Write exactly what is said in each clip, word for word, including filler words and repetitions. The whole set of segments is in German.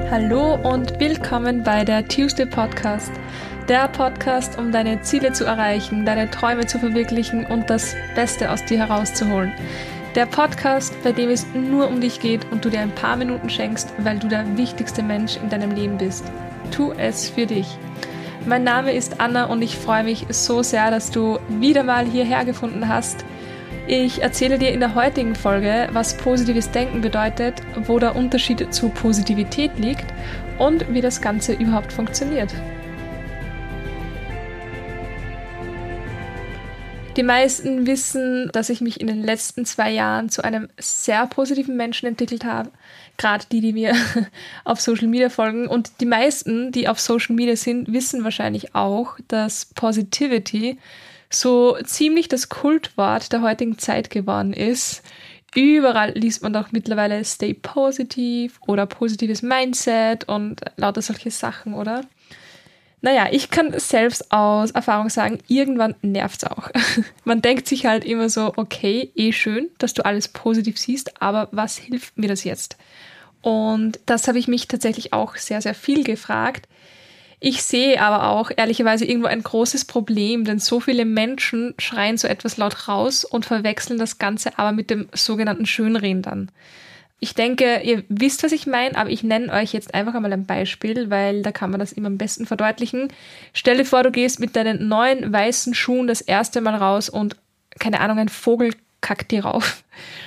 Hallo und willkommen bei der Tuesday Podcast. Der Podcast, um deine Ziele zu erreichen, deine Träume zu verwirklichen und das Beste aus dir herauszuholen. Der Podcast, bei dem es nur um dich geht und du dir ein paar Minuten schenkst, weil du der wichtigste Mensch in deinem Leben bist. Tu es für dich. Mein Name ist Anna und ich freue mich so sehr, dass du wieder mal hierher gefunden hast. Ich erzähle dir in der heutigen Folge, was positives Denken bedeutet, wo der Unterschied zur Positivität liegt und wie das Ganze überhaupt funktioniert. Die meisten wissen, dass ich mich in den letzten zwei Jahren zu einem sehr positiven Menschen entwickelt habe. Gerade die, die mir auf Social Media folgen. Und die meisten, die auf Social Media sind, wissen wahrscheinlich auch, dass Positivity so ziemlich das Kultwort der heutigen Zeit geworden ist. Überall liest man doch mittlerweile Stay Positive oder positives Mindset und lauter solche Sachen, oder? Naja, ich kann selbst aus Erfahrung sagen, irgendwann nervt's auch. Man denkt sich halt immer so, okay, eh schön, dass du alles positiv siehst, aber was hilft mir das jetzt? Und das habe ich mich tatsächlich auch sehr, sehr viel gefragt. Ich sehe aber auch ehrlicherweise irgendwo ein großes Problem, denn so viele Menschen schreien so etwas laut raus und verwechseln das Ganze aber mit dem sogenannten Schönreden dann. Ich denke, ihr wisst, was ich meine, aber ich nenne euch jetzt einfach einmal ein Beispiel, weil da kann man das immer am besten verdeutlichen. Stell dir vor, du gehst mit deinen neuen weißen Schuhen das erste Mal raus und, keine Ahnung, ein Vogel kackt dir rauf.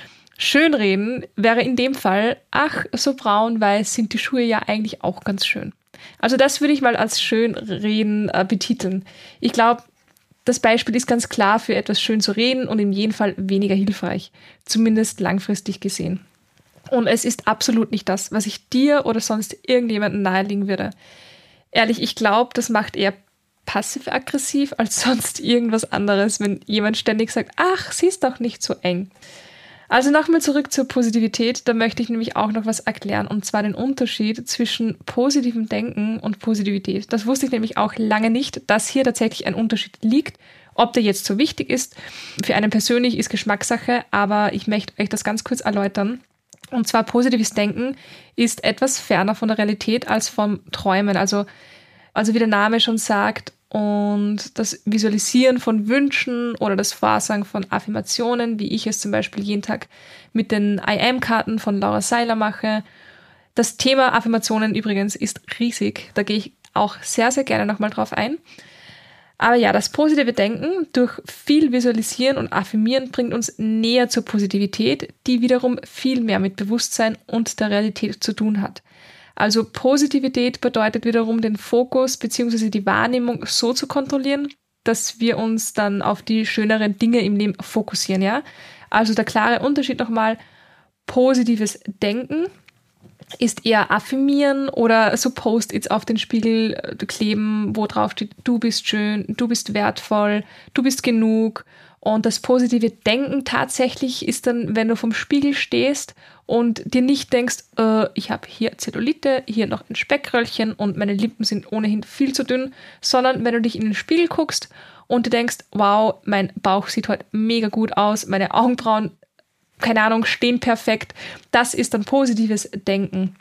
Schönreden wäre in dem Fall, ach, so braun-weiß sind die Schuhe ja eigentlich auch ganz schön. Also das würde ich mal als Schönreden äh, betiteln. Ich glaube, das Beispiel ist ganz klar für etwas schön zu reden und in jedem Fall weniger hilfreich, zumindest langfristig gesehen. Und es ist absolut nicht das, was ich dir oder sonst irgendjemandem nahelegen würde. Ehrlich, ich glaube, das macht eher passiv-aggressiv als sonst irgendwas anderes, wenn jemand ständig sagt, ach, sie ist doch nicht so eng. Also nochmal zurück zur Positivität, da möchte ich nämlich auch noch was erklären, und zwar den Unterschied zwischen positivem Denken und Positivität. Das wusste ich nämlich auch lange nicht, dass hier tatsächlich ein Unterschied liegt. Ob der jetzt so wichtig ist, für einen persönlich ist Geschmackssache, aber ich möchte euch das ganz kurz erläutern. Und zwar positives Denken ist etwas ferner von der Realität als vom Träumen. Also, also wie der Name schon sagt, und das Visualisieren von Wünschen oder das Vorsagen von Affirmationen, wie ich es zum Beispiel jeden Tag mit den I Am-Karten von Laura Seiler mache. Das Thema Affirmationen übrigens ist riesig. Da gehe ich auch sehr, sehr gerne nochmal drauf ein. Aber ja, das positive Denken durch viel Visualisieren und Affirmieren bringt uns näher zur Positivität, die wiederum viel mehr mit Bewusstsein und der Realität zu tun hat. Also Positivität bedeutet wiederum den Fokus bzw. die Wahrnehmung so zu kontrollieren, dass wir uns dann auf die schöneren Dinge im Leben fokussieren, ja. Also der klare Unterschied nochmal, positives Denken ist eher affirmieren oder so Post-its auf den Spiegel kleben, wo drauf steht, du bist schön, du bist wertvoll, du bist genug. Und das positive Denken tatsächlich ist dann, wenn du vom Spiegel stehst und dir nicht denkst, äh, ich habe hier Zellulite, hier noch ein Speckröllchen und meine Lippen sind ohnehin viel zu dünn, sondern wenn du dich in den Spiegel guckst und dir denkst, wow, mein Bauch sieht heute mega gut aus, meine Augenbrauen, keine Ahnung, stehen perfekt, das ist dann positives Denken.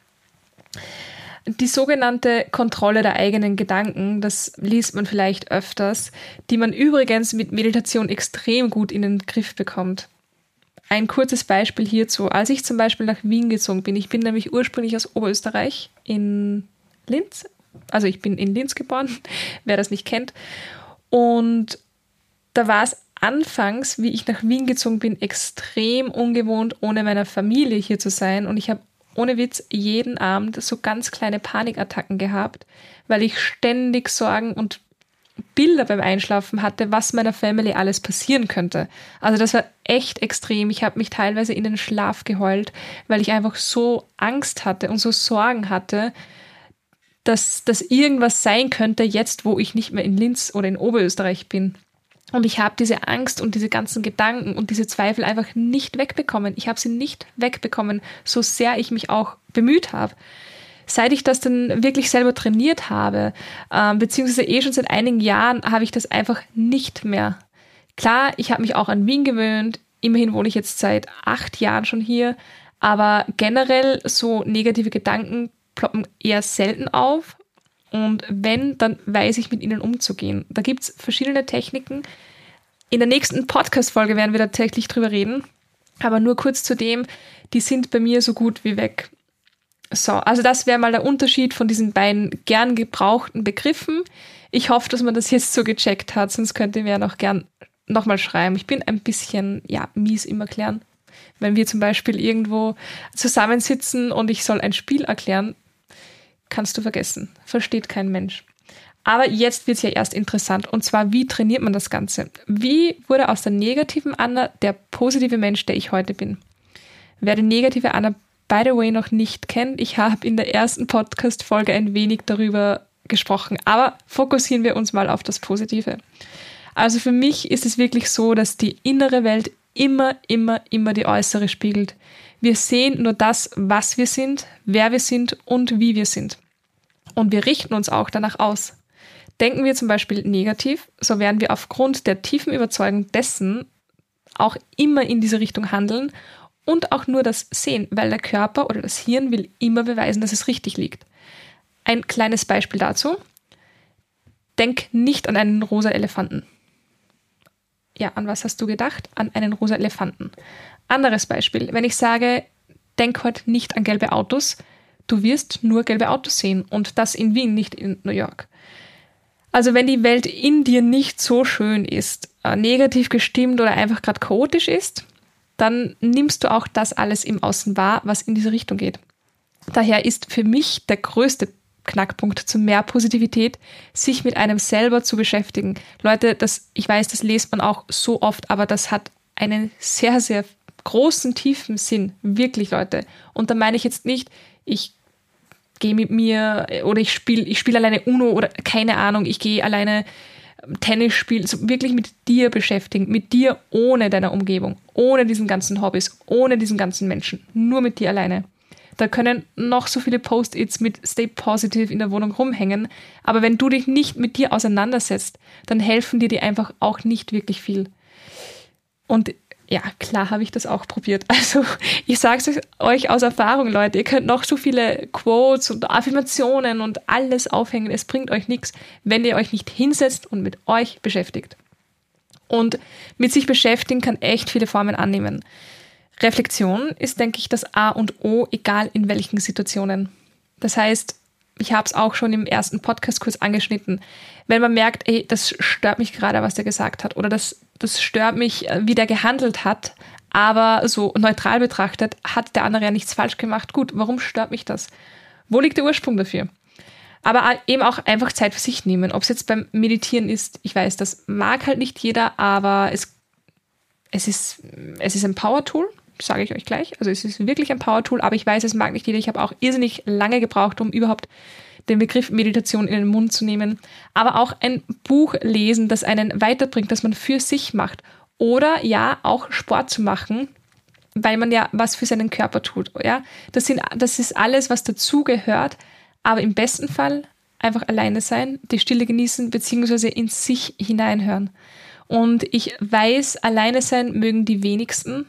Die sogenannte Kontrolle der eigenen Gedanken, das liest man vielleicht öfters, die man übrigens mit Meditation extrem gut in den Griff bekommt. Ein kurzes Beispiel hierzu. Als ich zum Beispiel nach Wien gezogen bin, ich bin nämlich ursprünglich aus Oberösterreich in Linz, also ich bin in Linz geboren, wer das nicht kennt, und da war es anfangs, wie ich nach Wien gezogen bin, extrem ungewohnt, ohne meine Familie hier zu sein, und ich habe ohne Witz jeden Abend so ganz kleine Panikattacken gehabt, weil ich ständig Sorgen und Bilder beim Einschlafen hatte, was meiner Family alles passieren könnte. Also das war echt extrem. Ich habe mich teilweise in den Schlaf geheult, weil ich einfach so Angst hatte und so Sorgen hatte, dass das irgendwas sein könnte, jetzt wo ich nicht mehr in Linz oder in Oberösterreich bin. Und ich habe diese Angst und diese ganzen Gedanken und diese Zweifel einfach nicht wegbekommen. Ich habe sie nicht wegbekommen, so sehr ich mich auch bemüht habe. Seit ich das dann wirklich selber trainiert habe, äh, beziehungsweise eh schon seit einigen Jahren, habe ich das einfach nicht mehr. Klar, ich habe mich auch an Wien gewöhnt. Immerhin wohne ich jetzt seit acht Jahren schon hier. Aber generell so negative Gedanken ploppen eher selten auf. Und wenn, dann weiß ich, mit ihnen umzugehen. Da gibt es verschiedene Techniken. In der nächsten Podcast-Folge werden wir tatsächlich drüber reden. Aber nur kurz zu dem, die sind bei mir so gut wie weg. So, also das wäre mal der Unterschied von diesen beiden gern gebrauchten Begriffen. Ich hoffe, dass man das jetzt so gecheckt hat, sonst könnt ihr mir ja noch gern nochmal schreiben. Ich bin ein bisschen, ja, mies im Erklären. Wenn wir zum Beispiel irgendwo zusammensitzen und ich soll ein Spiel erklären, kannst du vergessen. Versteht kein Mensch. Aber jetzt wird es ja erst interessant. Und zwar, wie trainiert man das Ganze? Wie wurde aus der negativen Anna der positive Mensch, der ich heute bin? Wer die negative Anna, by the way, noch nicht kennt, ich habe in der ersten Podcast-Folge ein wenig darüber gesprochen. Aber fokussieren wir uns mal auf das Positive. Also für mich ist es wirklich so, dass die innere Welt immer, immer, immer die äußere spiegelt. Wir sehen nur das, was wir sind, wer wir sind und wie wir sind. Und wir richten uns auch danach aus. Denken wir zum Beispiel negativ, so werden wir aufgrund der tiefen Überzeugung dessen auch immer in diese Richtung handeln und auch nur das sehen, weil der Körper oder das Hirn will immer beweisen, dass es richtig liegt. Ein kleines Beispiel dazu. Denk nicht an einen rosa Elefanten. Ja, an was hast du gedacht? An einen rosa Elefanten. Anderes Beispiel. Wenn ich sage, denk heute nicht an gelbe Autos, du wirst nur gelbe Autos sehen und das in Wien, nicht in New York. Also wenn die Welt in dir nicht so schön ist, äh, negativ gestimmt oder einfach gerade chaotisch ist, dann nimmst du auch das alles im Außen wahr, was in diese Richtung geht. Daher ist für mich der größte Knackpunkt zu mehr Positivität, sich mit einem selber zu beschäftigen. Leute, das, ich weiß, das liest man auch so oft, aber das hat einen sehr, sehr großen, tiefen Sinn. Wirklich, Leute. Und da meine ich jetzt nicht, ich gehe mit mir oder ich spiele ich spiele alleine Uno oder keine Ahnung, ich gehe alleine Tennis spielen, also wirklich mit dir beschäftigen, mit dir ohne deiner Umgebung, ohne diesen ganzen Hobbys, ohne diesen ganzen Menschen, nur mit dir alleine. Da können noch so viele Post-its mit Stay Positive in der Wohnung rumhängen, aber wenn du dich nicht mit dir auseinandersetzt, dann helfen dir die einfach auch nicht wirklich viel. Und ja, klar habe ich das auch probiert. Also ich sage es euch aus Erfahrung, Leute, ihr könnt noch so viele Quotes und Affirmationen und alles aufhängen, es bringt euch nichts, wenn ihr euch nicht hinsetzt und mit euch beschäftigt. Und mit sich beschäftigen kann echt viele Formen annehmen. Reflexion ist, denke ich, das A und O, egal in welchen Situationen. Das heißt, ich habe es auch schon im ersten Podcast-Kurs angeschnitten. Wenn man merkt, ey, das stört mich gerade, was der gesagt hat, oder das, das stört mich, wie der gehandelt hat, aber so neutral betrachtet, hat der andere ja nichts falsch gemacht. Gut, warum stört mich das? Wo liegt der Ursprung dafür? Aber eben auch einfach Zeit für sich nehmen. Ob es jetzt beim Meditieren ist, ich weiß, das mag halt nicht jeder, aber es, es, ist, es ist ein Power-Tool. Sage ich euch gleich. Also es ist wirklich ein Power-Tool, aber ich weiß, es mag nicht jeder. Ich habe auch irrsinnig lange gebraucht, um überhaupt den Begriff Meditation in den Mund zu nehmen. Aber auch ein Buch lesen, das einen weiterbringt, das man für sich macht. Oder ja, auch Sport zu machen, weil man ja was für seinen Körper tut. Ja? Das, sind, das ist alles, was dazugehört. Aber im besten Fall einfach alleine sein, die Stille genießen, beziehungsweise in sich hineinhören. Und ich weiß, alleine sein mögen die wenigsten.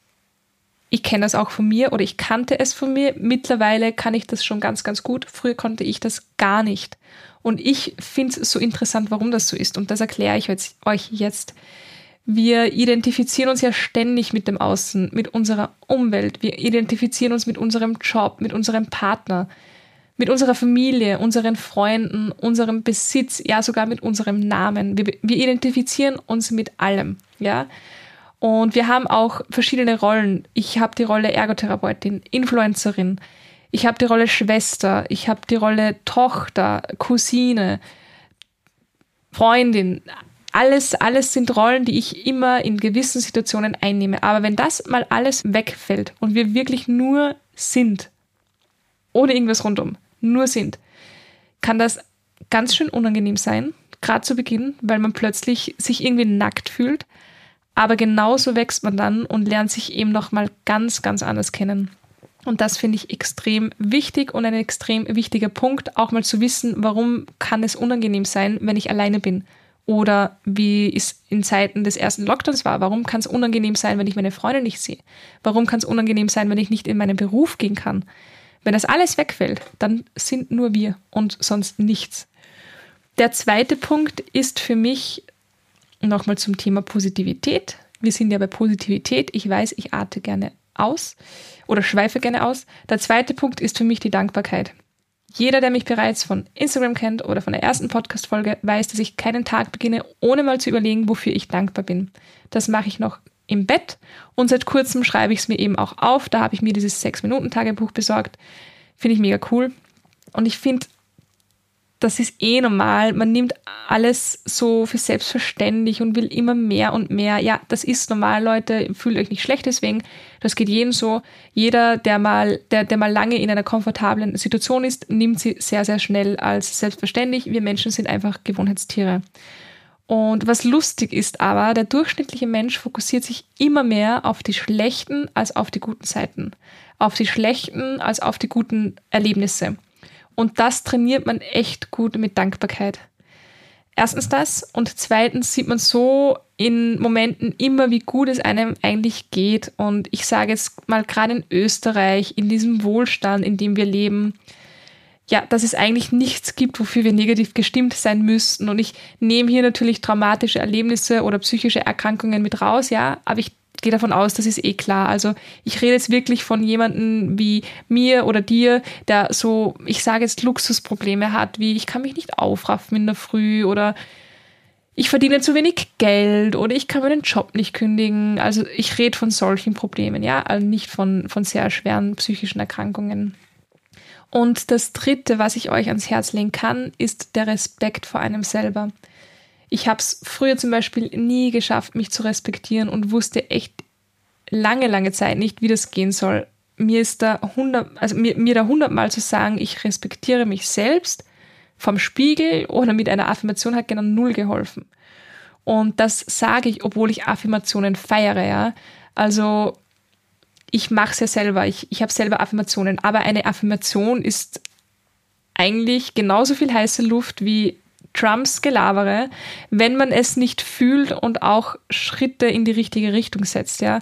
Ich kenne das auch von mir oder ich kannte es von mir. Mittlerweile kann ich das schon ganz, ganz gut. Früher konnte ich das gar nicht. Und ich finde es so interessant, warum das so ist. Und das erkläre ich euch jetzt. Wir identifizieren uns ja ständig mit dem Außen, mit unserer Umwelt. Wir identifizieren uns mit unserem Job, mit unserem Partner, mit unserer Familie, unseren Freunden, unserem Besitz, ja sogar mit unserem Namen. Wir, wir identifizieren uns mit allem, ja. Und wir haben auch verschiedene Rollen. Ich habe die Rolle Ergotherapeutin, Influencerin. Ich habe die Rolle Schwester. Ich habe die Rolle Tochter, Cousine, Freundin. Alles, alles sind Rollen, die ich immer in gewissen Situationen einnehme. Aber wenn das mal alles wegfällt und wir wirklich nur sind, ohne irgendwas rundum, nur sind, kann das ganz schön unangenehm sein, gerade zu Beginn, weil man plötzlich sich irgendwie nackt fühlt. Aber genauso wächst man dann und lernt sich eben nochmal ganz, ganz anders kennen. Und das finde ich extrem wichtig und ein extrem wichtiger Punkt, auch mal zu wissen, warum kann es unangenehm sein, wenn ich alleine bin? Oder wie es in Zeiten des ersten Lockdowns war. Warum kann es unangenehm sein, wenn ich meine Freunde nicht sehe? Warum kann es unangenehm sein, wenn ich nicht in meinen Beruf gehen kann? Wenn das alles wegfällt, dann sind nur wir und sonst nichts. Der zweite Punkt ist für mich nochmal zum Thema Positivität. Wir sind ja bei Positivität. Ich weiß, ich atme gerne aus oder schweife gerne aus. Der zweite Punkt ist für mich die Dankbarkeit. Jeder, der mich bereits von Instagram kennt oder von der ersten Podcast-Folge, weiß, dass ich keinen Tag beginne, ohne mal zu überlegen, wofür ich dankbar bin. Das mache ich noch im Bett und seit kurzem schreibe ich es mir eben auch auf. Da habe ich mir dieses sechs-Minuten-Tagebuch besorgt. Finde ich mega cool. Und ich finde, das ist eh normal. Man nimmt alles so für selbstverständlich und will immer mehr und mehr. Ja, das ist normal, Leute. Fühlt euch nicht schlecht deswegen. Das geht jedem so. Jeder, der mal, der, der mal lange in einer komfortablen Situation ist, nimmt sie sehr, sehr schnell als selbstverständlich. Wir Menschen sind einfach Gewohnheitstiere. Und was lustig ist aber, der durchschnittliche Mensch fokussiert sich immer mehr auf die schlechten als auf die guten Seiten. Auf die schlechten als auf die guten Erlebnisse. Und das trainiert man echt gut mit Dankbarkeit. Erstens das und zweitens sieht man so in Momenten immer, wie gut es einem eigentlich geht. Und ich sage jetzt mal gerade in Österreich, in diesem Wohlstand, in dem wir leben, ja, dass es eigentlich nichts gibt, wofür wir negativ gestimmt sein müssten. Und ich nehme hier natürlich traumatische Erlebnisse oder psychische Erkrankungen mit raus, ja, aber ich gehe davon aus, das ist eh klar. Also ich rede jetzt wirklich von jemandem wie mir oder dir, der so, ich sage jetzt Luxusprobleme hat, wie ich kann mich nicht aufraffen in der Früh oder ich verdiene zu wenig Geld oder ich kann meinen Job nicht kündigen. Also ich rede von solchen Problemen, ja, also nicht von, von sehr schweren psychischen Erkrankungen. Und das Dritte, was ich euch ans Herz legen kann, ist der Respekt vor einem selber. Ich habe es früher zum Beispiel nie geschafft, mich zu respektieren und wusste echt lange, lange Zeit nicht, wie das gehen soll. Mir ist da hundert, also mir, mir da hundertmal zu sagen, ich respektiere mich selbst vom Spiegel oder mit einer Affirmation hat genau null geholfen. Und das sage ich, obwohl ich Affirmationen feiere, ja. Also ich mache es ja selber, ich, ich habe selber Affirmationen, aber eine Affirmation ist eigentlich genauso viel heiße Luft wie Trumps Gelabere, wenn man es nicht fühlt und auch Schritte in die richtige Richtung setzt, ja.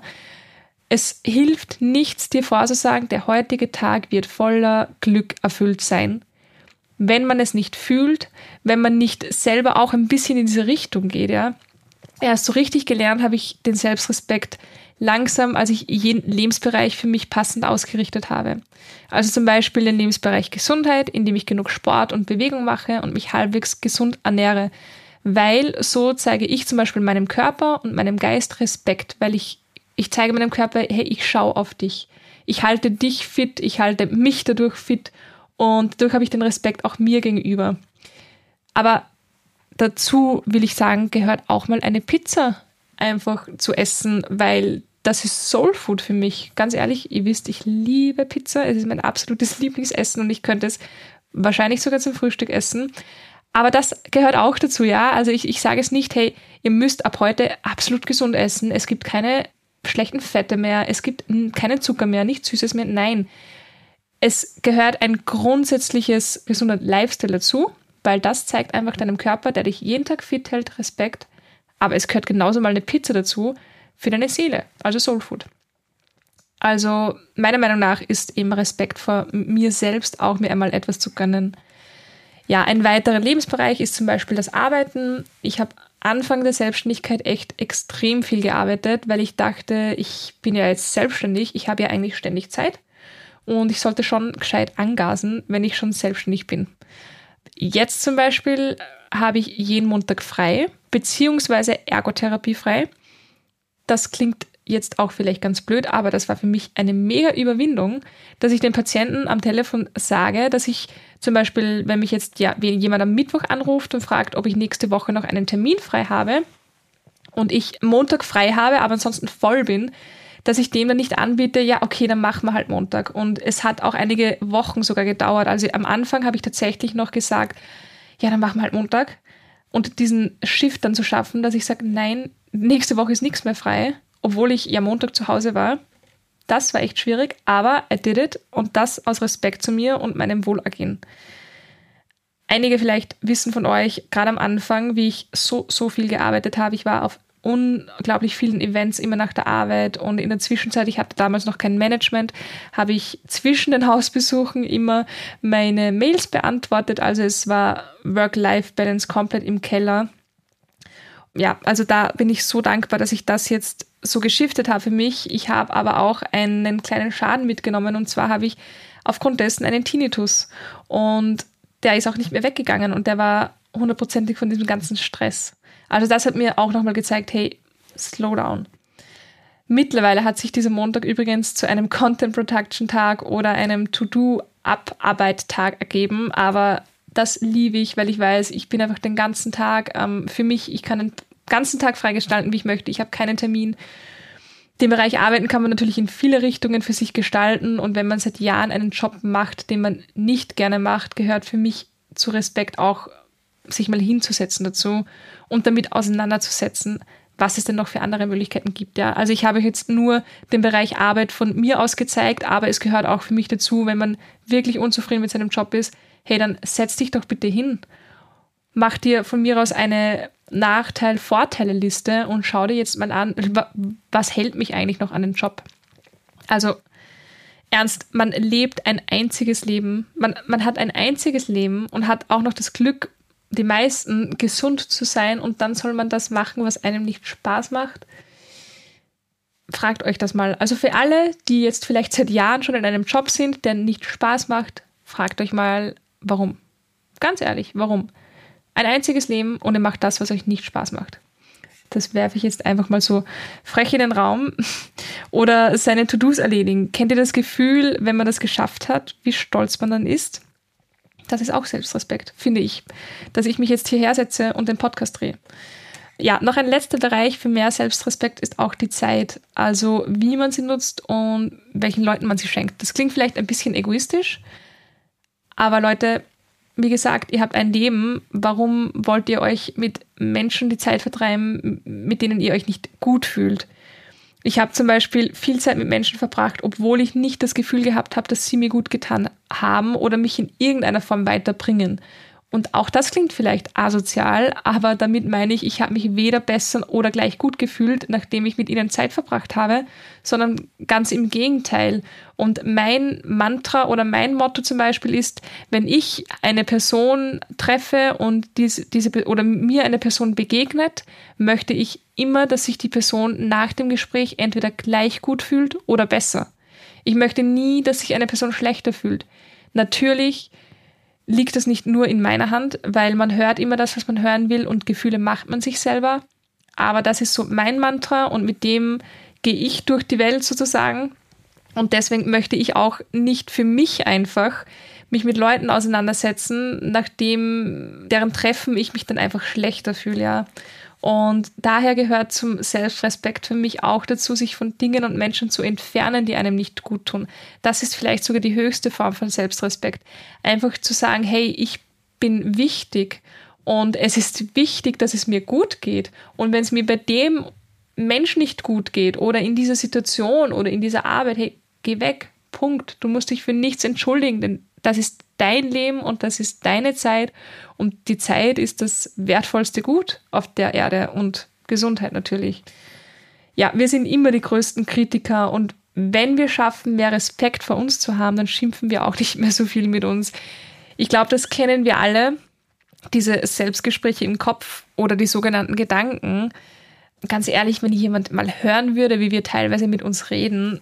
Es hilft nichts, dir vorzusagen, der heutige Tag wird voller Glück erfüllt sein. Wenn man es nicht fühlt, wenn man nicht selber auch ein bisschen in diese Richtung geht, ja. Erst so richtig gelernt habe ich den Selbstrespekt langsam, als ich jeden Lebensbereich für mich passend ausgerichtet habe. Also zum Beispiel den Lebensbereich Gesundheit, in dem ich genug Sport und Bewegung mache und mich halbwegs gesund ernähre. Weil so zeige ich zum Beispiel meinem Körper und meinem Geist Respekt, weil ich, ich zeige meinem Körper, hey, ich schaue auf dich. Ich halte dich fit, ich halte mich dadurch fit und dadurch habe ich den Respekt auch mir gegenüber. Aber dazu will ich sagen, gehört auch mal eine Pizza einfach zu essen, weil das ist Soulfood für mich. Ganz ehrlich, ihr wisst, ich liebe Pizza. Es ist mein absolutes Lieblingsessen und ich könnte es wahrscheinlich sogar zum Frühstück essen. Aber das gehört auch dazu, ja. Also ich, ich sage es nicht, hey, ihr müsst ab heute absolut gesund essen. Es gibt keine schlechten Fette mehr. Es gibt keinen Zucker mehr, nichts Süßes mehr. Nein. Es gehört ein grundsätzliches gesunder Lifestyle dazu, weil das zeigt einfach deinem Körper, der dich jeden Tag fit hält, Respekt. Aber es gehört genauso mal eine Pizza dazu für deine Seele, also Soulfood. Also meiner Meinung nach ist eben Respekt vor mir selbst auch mir einmal etwas zu gönnen. Ja, ein weiterer Lebensbereich ist zum Beispiel das Arbeiten. Ich habe Anfang der Selbstständigkeit echt extrem viel gearbeitet, weil ich dachte, ich bin ja jetzt selbstständig, ich habe ja eigentlich ständig Zeit und ich sollte schon gescheit angasen, wenn ich schon selbstständig bin. Jetzt zum Beispiel habe ich jeden Montag frei, beziehungsweise Ergotherapie frei. Das klingt jetzt auch vielleicht ganz blöd, aber das war für mich eine mega Überwindung, dass ich den Patienten am Telefon sage, dass ich zum Beispiel, wenn mich jetzt ja, wenn jemand am Mittwoch anruft und fragt, ob ich nächste Woche noch einen Termin frei habe und ich Montag frei habe, aber ansonsten voll bin, dass ich dem dann nicht anbiete, ja okay, dann machen wir halt Montag. Und es hat auch einige Wochen sogar gedauert. Also am Anfang habe ich tatsächlich noch gesagt, ja, dann machen wir halt Montag. Und diesen Shift dann zu schaffen, dass ich sage, nein, nächste Woche ist nichts mehr frei, obwohl ich ja Montag zu Hause war. Das war echt schwierig, aber I did it und das aus Respekt zu mir und meinem Wohlergehen. Einige vielleicht wissen von euch, gerade am Anfang, wie ich so, so viel gearbeitet habe. Ich war auf unglaublich vielen Events immer nach der Arbeit und in der Zwischenzeit, ich hatte damals noch kein Management, habe ich zwischen den Hausbesuchen immer meine Mails beantwortet. Also es war Work-Life-Balance komplett im Keller. Ja, also da bin ich so dankbar, dass ich das jetzt so geschiftet habe für mich. Ich habe aber auch einen kleinen Schaden mitgenommen und zwar habe ich aufgrund dessen einen Tinnitus und der ist auch nicht mehr weggegangen und der war hundertprozentig von diesem ganzen Stress. Also das hat mir auch nochmal gezeigt, hey, slow down. Mittlerweile hat sich dieser Montag übrigens zu einem Content-Production-Tag oder einem To-Do-Abarbeit-Tag ergeben, aber das liebe ich, weil ich weiß, ich bin einfach den ganzen Tag ähm, für mich, ich kann den ganzen Tag freigestalten, wie ich möchte. Ich habe keinen Termin. Den Bereich Arbeiten kann man natürlich in viele Richtungen für sich gestalten und wenn man seit Jahren einen Job macht, den man nicht gerne macht, gehört für mich zu Respekt auch, sich mal hinzusetzen dazu und damit auseinanderzusetzen, was es denn noch für andere Möglichkeiten gibt. Ja? Also ich habe jetzt nur den Bereich Arbeit von mir aus gezeigt, aber es gehört auch für mich dazu, wenn man wirklich unzufrieden mit seinem Job ist, hey, dann setz dich doch bitte hin. Mach dir von mir aus eine Nachteil-Vorteile-Liste und schau dir jetzt mal an, was hält mich eigentlich noch an den Job. Also ernst, man lebt ein einziges Leben, man, man hat ein einziges Leben und hat auch noch das Glück, die meisten gesund zu sein und dann soll man das machen, was einem nicht Spaß macht. Fragt euch das mal. Also für alle, die jetzt vielleicht seit Jahren schon in einem Job sind, der nicht Spaß macht, fragt euch mal, warum. Ganz ehrlich, warum? Ein einziges Leben und ihr macht das, was euch nicht Spaß macht. Das werfe ich jetzt einfach mal so frech in den Raum. Oder seine To-Dos erledigen. Kennt ihr das Gefühl, wenn man das geschafft hat, wie stolz man dann ist? Das ist auch Selbstrespekt, finde ich. Dass ich mich jetzt hierher setze und den Podcast drehe. Ja, noch ein letzter Bereich für mehr Selbstrespekt ist auch die Zeit. Also wie man sie nutzt und welchen Leuten man sie schenkt. Das klingt vielleicht ein bisschen egoistisch, aber Leute, wie gesagt, ihr habt ein Leben. Warum wollt ihr euch mit Menschen die Zeit vertreiben, mit denen ihr euch nicht gut fühlt? Ich habe zum Beispiel viel Zeit mit Menschen verbracht, obwohl ich nicht das Gefühl gehabt habe, dass sie mir gut getan haben oder mich in irgendeiner Form weiterbringen. Und auch das klingt vielleicht asozial, aber damit meine ich, ich habe mich weder besser oder gleich gut gefühlt, nachdem ich mit ihnen Zeit verbracht habe, sondern ganz im Gegenteil. Und mein Mantra oder mein Motto zum Beispiel ist, wenn ich eine Person treffe und diese, diese oder mir eine Person begegnet, möchte ich immer, dass sich die Person nach dem Gespräch entweder gleich gut fühlt oder besser. Ich möchte nie, dass sich eine Person schlechter fühlt. Natürlich liegt das nicht nur in meiner Hand, weil man hört immer das, was man hören will und Gefühle macht man sich selber. Aber das ist so mein Mantra und mit dem gehe ich durch die Welt sozusagen. Und deswegen möchte ich auch nicht für mich einfach mich mit Leuten auseinandersetzen, nachdem deren Treffen ich mich dann einfach schlechter fühle, ja. Und daher gehört zum Selbstrespekt für mich auch dazu, sich von Dingen und Menschen zu entfernen, die einem nicht gut tun. Das ist vielleicht sogar die höchste Form von Selbstrespekt. Einfach zu sagen, hey, ich bin wichtig und es ist wichtig, dass es mir gut geht. Und wenn es mir bei dem Mensch nicht gut geht oder in dieser Situation oder in dieser Arbeit, hey, geh weg, Punkt. Du musst dich für nichts entschuldigen, denn das ist dein Leben und das ist deine Zeit und die Zeit ist das wertvollste Gut auf der Erde und Gesundheit natürlich. Ja, wir sind immer die größten Kritiker und wenn wir schaffen, mehr Respekt vor uns zu haben, dann schimpfen wir auch nicht mehr so viel mit uns. Ich glaube, das kennen wir alle, diese Selbstgespräche im Kopf oder die sogenannten Gedanken. Ganz ehrlich, wenn jemand mal hören würde, wie wir teilweise mit uns reden,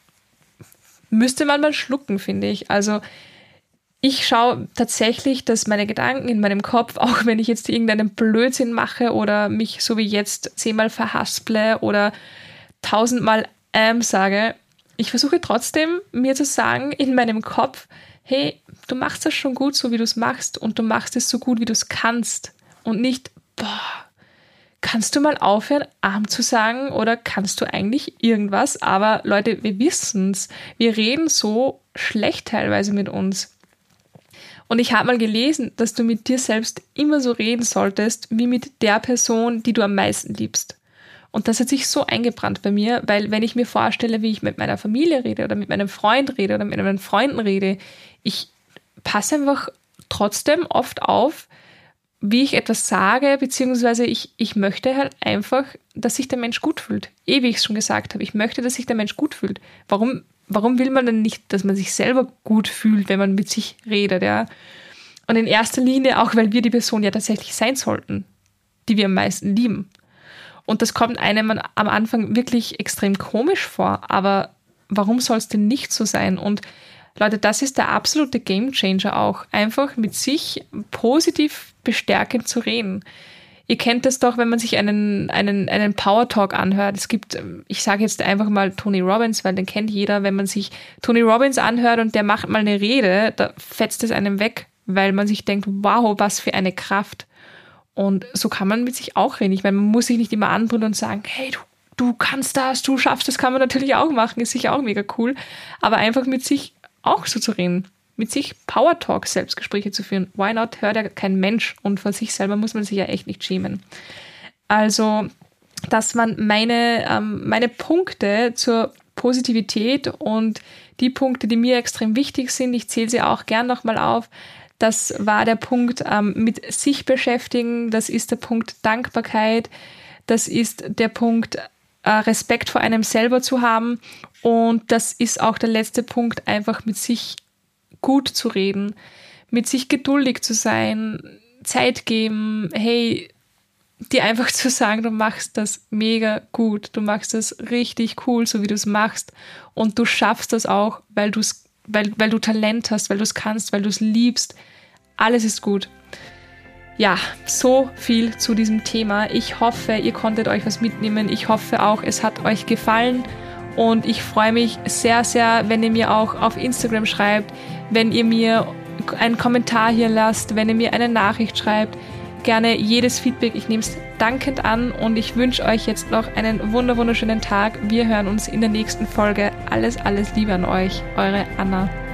müsste man mal schlucken, finde ich. Also ich schaue tatsächlich, dass meine Gedanken in meinem Kopf, auch wenn ich jetzt irgendeinen Blödsinn mache oder mich so wie jetzt zehnmal verhasple oder tausendmal ähm sage, ich versuche trotzdem mir zu sagen in meinem Kopf, hey, du machst das schon gut, so wie du es machst und du machst es so gut, wie du es kannst und nicht, boah, kannst du mal aufhören, arm zu sagen oder kannst du eigentlich irgendwas? Aber Leute, wir wissen's. Wir reden so schlecht teilweise mit uns. Und ich habe mal gelesen, dass du mit dir selbst immer so reden solltest, wie mit der Person, die du am meisten liebst. Und das hat sich so eingebrannt bei mir, weil wenn ich mir vorstelle, wie ich mit meiner Familie rede oder mit meinem Freund rede oder mit meinen Freunden rede, ich passe einfach trotzdem oft auf, wie ich etwas sage, beziehungsweise ich, ich möchte halt einfach, dass sich der Mensch gut fühlt. Eh, wie ich es schon gesagt habe, ich möchte, dass sich der Mensch gut fühlt. Warum, warum will man denn nicht, dass man sich selber gut fühlt, wenn man mit sich redet, ja? Und in erster Linie auch, weil wir die Person ja tatsächlich sein sollten, die wir am meisten lieben. Und das kommt einem am Anfang wirklich extrem komisch vor, aber warum soll es denn nicht so sein? Und Leute, das ist der absolute Gamechanger auch, einfach mit sich positiv bestärkend zu reden. Ihr kennt das doch, wenn man sich einen, einen, einen Power Talk anhört. Es gibt, ich sage jetzt einfach mal Tony Robbins, weil den kennt jeder. Wenn man sich Tony Robbins anhört und der macht mal eine Rede, da fetzt es einem weg, weil man sich denkt, wow, was für eine Kraft. Und so kann man mit sich auch reden. Ich meine, man muss sich nicht immer anbrüllen und sagen, hey, du, du kannst das, du schaffst das, kann man natürlich auch machen, ist sicher auch mega cool. Aber einfach mit sich auch so zu reden, mit sich Power Talk, Selbstgespräche zu führen. Why not? Hört ja kein Mensch und vor sich selber muss man sich ja echt nicht schämen. Also, das waren meine, ähm, meine Punkte zur Positivität und die Punkte, die mir extrem wichtig sind. Ich zähle sie auch gern nochmal auf. Das war der Punkt ähm, mit sich beschäftigen. Das ist der Punkt Dankbarkeit. Das ist der Punkt äh, Respekt vor einem selber zu haben. Und das ist auch der letzte Punkt, einfach mit sich gut zu reden, mit sich geduldig zu sein, Zeit geben, hey, dir einfach zu sagen, du machst das mega gut, du machst das richtig cool, so wie du es machst und du schaffst das auch, weil, du's, weil, weil du Talent hast, weil du es kannst, weil du es liebst. Alles ist gut. Ja, so viel zu diesem Thema. Ich hoffe, ihr konntet euch was mitnehmen. Ich hoffe auch, es hat euch gefallen. Und ich freue mich sehr, sehr, wenn ihr mir auch auf Instagram schreibt, wenn ihr mir einen Kommentar hier lasst, wenn ihr mir eine Nachricht schreibt. Gerne jedes Feedback. Ich nehme es dankend an und ich wünsche euch jetzt noch einen wunder wunderschönen Tag. Wir hören uns in der nächsten Folge. Alles, alles Liebe an euch. Eure Anna.